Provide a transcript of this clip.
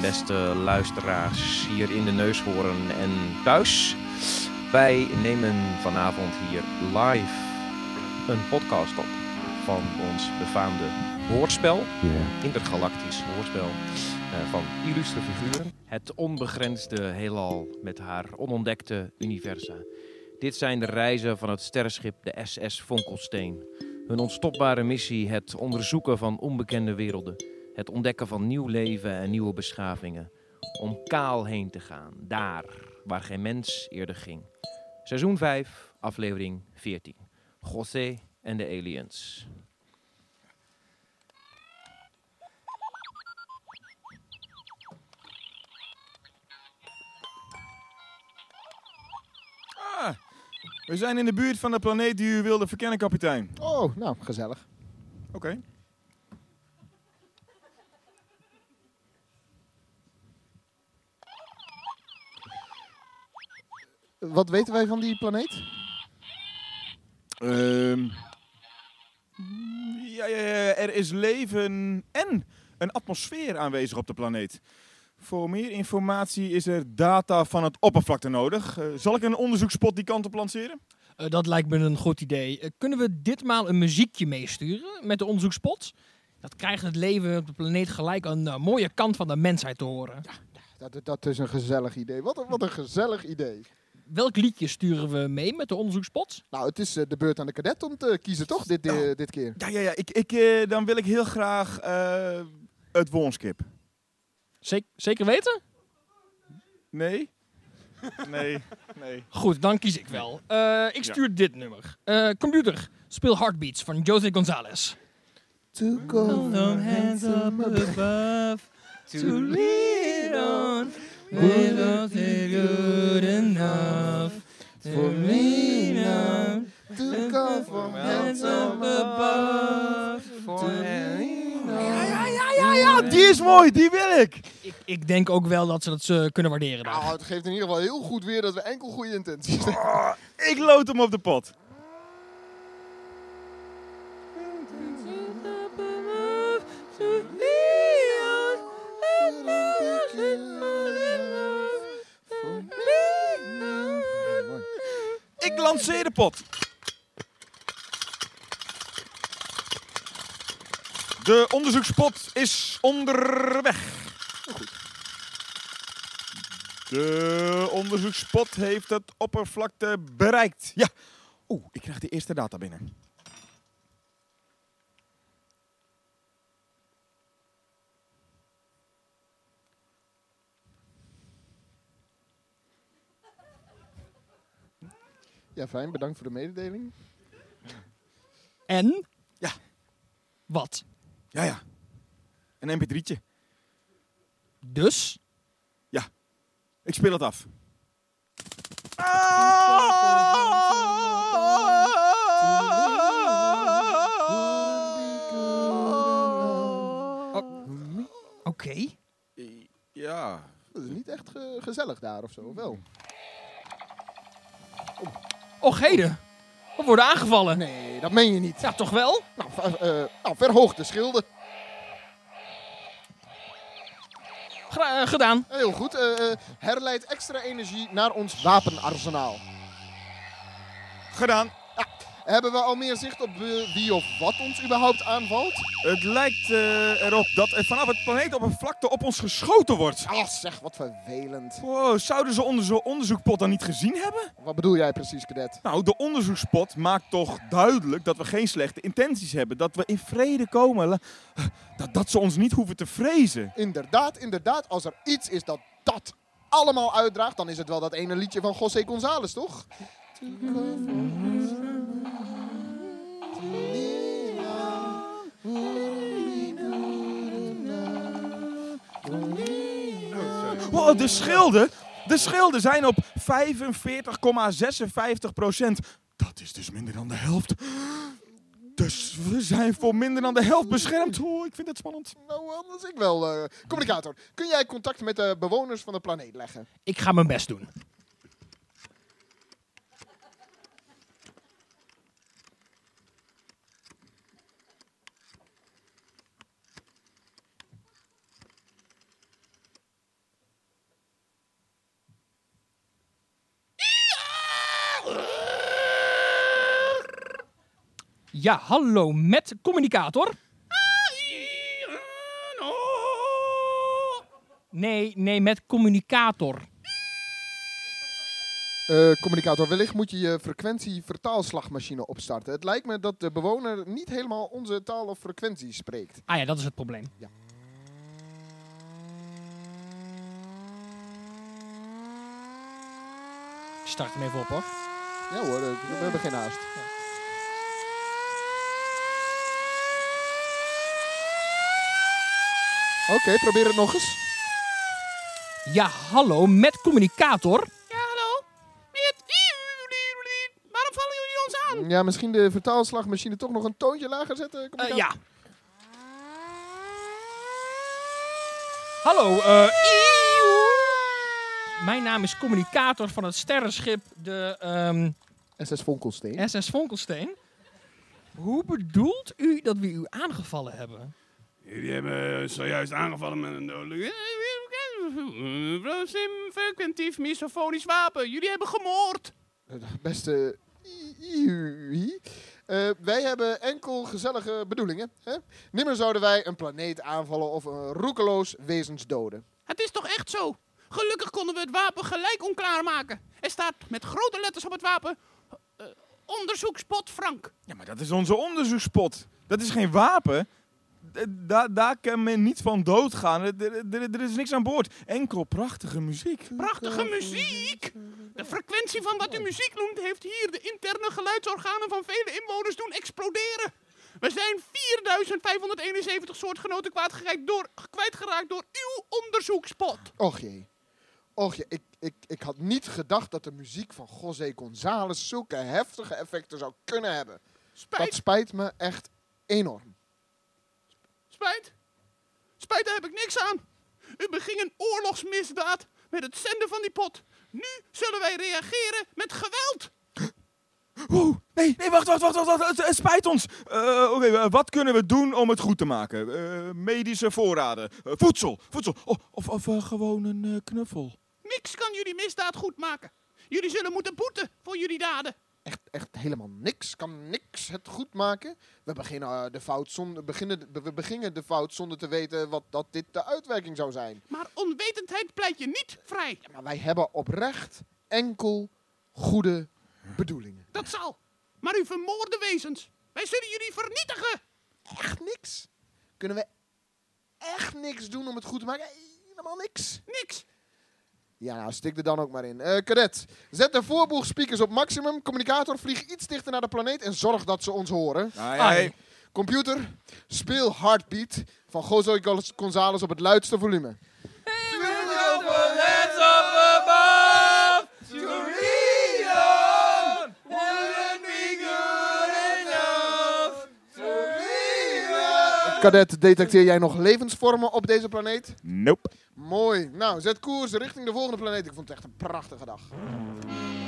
beste luisteraars hier in de Neushoorn en thuis. Wij nemen vanavond hier live een podcast op van ons befaamde hoorspel. Intergalactisch hoorspel van illustre figuren. Het onbegrensde heelal met haar onontdekte universa. Dit zijn de reizen van het sterrenschip de SS Vonkelsteen. Hun onstopbare missie het onderzoeken van onbekende werelden. Het ontdekken van nieuw leven en nieuwe beschavingen. Om Kaal heen te gaan, daar waar geen mens eerder ging. Seizoen 5, aflevering 14. José en de aliens. We zijn in de buurt van de planeet die u wilde verkennen, kapitein. Oh, nou, gezellig. Oké. Wat weten wij van die planeet? Ja, er is leven en een atmosfeer aanwezig op de planeet. Voor meer informatie is er data van het oppervlakte nodig. Zal ik een onderzoekspot die kant op lanceren? Dat lijkt me een goed idee. Kunnen we ditmaal een muziekje meesturen met de onderzoekspot? Dat krijgt het leven op de planeet gelijk een mooie kant van de mensheid te horen. Dat is een gezellig idee. Wat een gezellig idee. Welk liedje sturen we mee met de onderzoekspot? Nou, het is de beurt aan de kadet om te kiezen, toch? Dit keer. Ja. Dan wil ik heel graag het Wormskip. Zeker weten? Nee? Nee. Goed, dan kies ik wel. Ik stuur dit nummer. Computer, speel Heartbeats van José González. To go from hands up above, to lead on, we're not good enough for me now. to go from hands up above, to lean on. Ja, die is mooi, die wil ik. Ik denk ook wel dat ze dat kunnen waarderen. Daar. Nou, het geeft in ieder geval heel goed weer dat we enkel goede intenties hebben. Ik lood hem op de pot. Ik lanceer de pot. De onderzoekspot is onderweg. Goed. De onderzoekspot heeft het oppervlakte bereikt. Ja. Oeh, ik krijg de eerste data binnen. Ja, fijn. Bedankt voor de mededeling. En? Ja. Wat? Ja. Een mp3'tje. Dus? Ja. Ik speel het af. Oké. Ja. Dat is niet echt gezellig daar of zo, of wel? Och, heden. We worden aangevallen. Nee, dat meen je niet. Ja, toch wel? Nou, verhoog de schilden. Gedaan. Heel goed. Herleid extra energie naar ons wapenarsenaal. Gedaan. Hebben we al meer zicht op wie of wat ons überhaupt aanvalt? Het lijkt erop dat er vanaf het planeetoppervlakte op ons geschoten wordt. Ah, zeg, wat vervelend. Wow, zouden ze onze onderzoekspot dan niet gezien hebben? Wat bedoel jij precies, kadet? Nou, de onderzoekspot maakt toch duidelijk dat we geen slechte intenties hebben. Dat we in vrede komen. Dat ze ons niet hoeven te vrezen. Inderdaad. Als er iets is dat allemaal uitdraagt, dan is het wel dat ene liedje van José González, toch? Wow, de schilden zijn op 45,56%. Dat is dus minder dan de helft. Dus we zijn voor minder dan de helft beschermd. Oh, ik vind het spannend. Nou, anders ik wel. Communicator, kun jij contact met de bewoners van de planeet leggen? Ik ga mijn best doen. Ja, hallo, met communicator. Nee, met communicator. Communicator, wellicht moet je je frequentievertaalslagmachine opstarten. Het lijkt me dat de bewoner niet helemaal onze taal of frequentie spreekt. Ah ja, dat is het probleem. Ja. Ik start hem even op, hoor. Ja hoor, we hebben geen haast. Oké, probeer het nog eens. Ja, hallo, met communicator. Ja, hallo? Waarom vallen jullie ons aan? Ja, misschien de vertaalslagmachine toch nog een toontje lager zetten? Ja. Hallo, mijn naam is communicator van het sterrenschip, de SS Vonkelsteen. SS Vonkelsteen. Hoe bedoelt u dat we u aangevallen hebben? Jullie hebben zojuist aangevallen met een dodelijk... frequentief misofonisch wapen. Jullie hebben gemoord. Beste... wij hebben enkel gezellige bedoelingen. Hè? Nimmer zouden wij een planeet aanvallen of een roekeloos wezens doden. Het is toch echt zo? Gelukkig konden we het wapen gelijk onklaarmaken. Er staat met grote letters op het wapen... onderzoekspot Frank. Ja, maar dat is onze onderzoekspot. Dat is geen wapen. Daar kan men niet van doodgaan. Er is niks aan boord. Enkel prachtige muziek. Prachtige muziek! De frequentie van wat u muziek noemt heeft hier de interne geluidsorganen van vele inwoners doen exploderen. We zijn 4571 soortgenoten kwijtgeraakt door uw onderzoekspot. Och jee. Ik had niet gedacht dat de muziek van José González zulke heftige effecten zou kunnen hebben. Dat spijt me echt enorm. Spijt, daar heb ik niks aan. U beging een oorlogsmisdaad met het zenden van die pot. Nu zullen wij reageren met geweld. Oeh, nee, wacht. Het spijt ons. Oké, wat kunnen we doen om het goed te maken? Medische voorraden, voedsel. Of gewoon een knuffel. Niks kan jullie misdaad goed maken. Jullie zullen moeten boeten voor jullie daden. Echt helemaal niks. Kan niks het goed maken. We begingen de fout zonder te weten dat dit de uitwerking zou zijn. Maar onwetendheid pleit je niet vrij. Ja, maar wij hebben oprecht enkel goede bedoelingen. Dat zal. Maar u vermoorde wezens. Wij zullen jullie vernietigen. Echt niks? Kunnen we echt niks doen om het goed te maken? Helemaal niks. Niks. Ja, nou, stik er dan ook maar in. Cadet, zet de voorboegspeakers op maximum. Communicator, vlieg iets dichter naar de planeet en zorg dat ze ons horen. Computer, speel Heartbeat van José González op het luidste volume. Cadet, detecteer jij nog levensvormen op deze planeet? Nope. Mooi. Nou, zet koers richting de volgende planeet. Ik vond het echt een prachtige dag.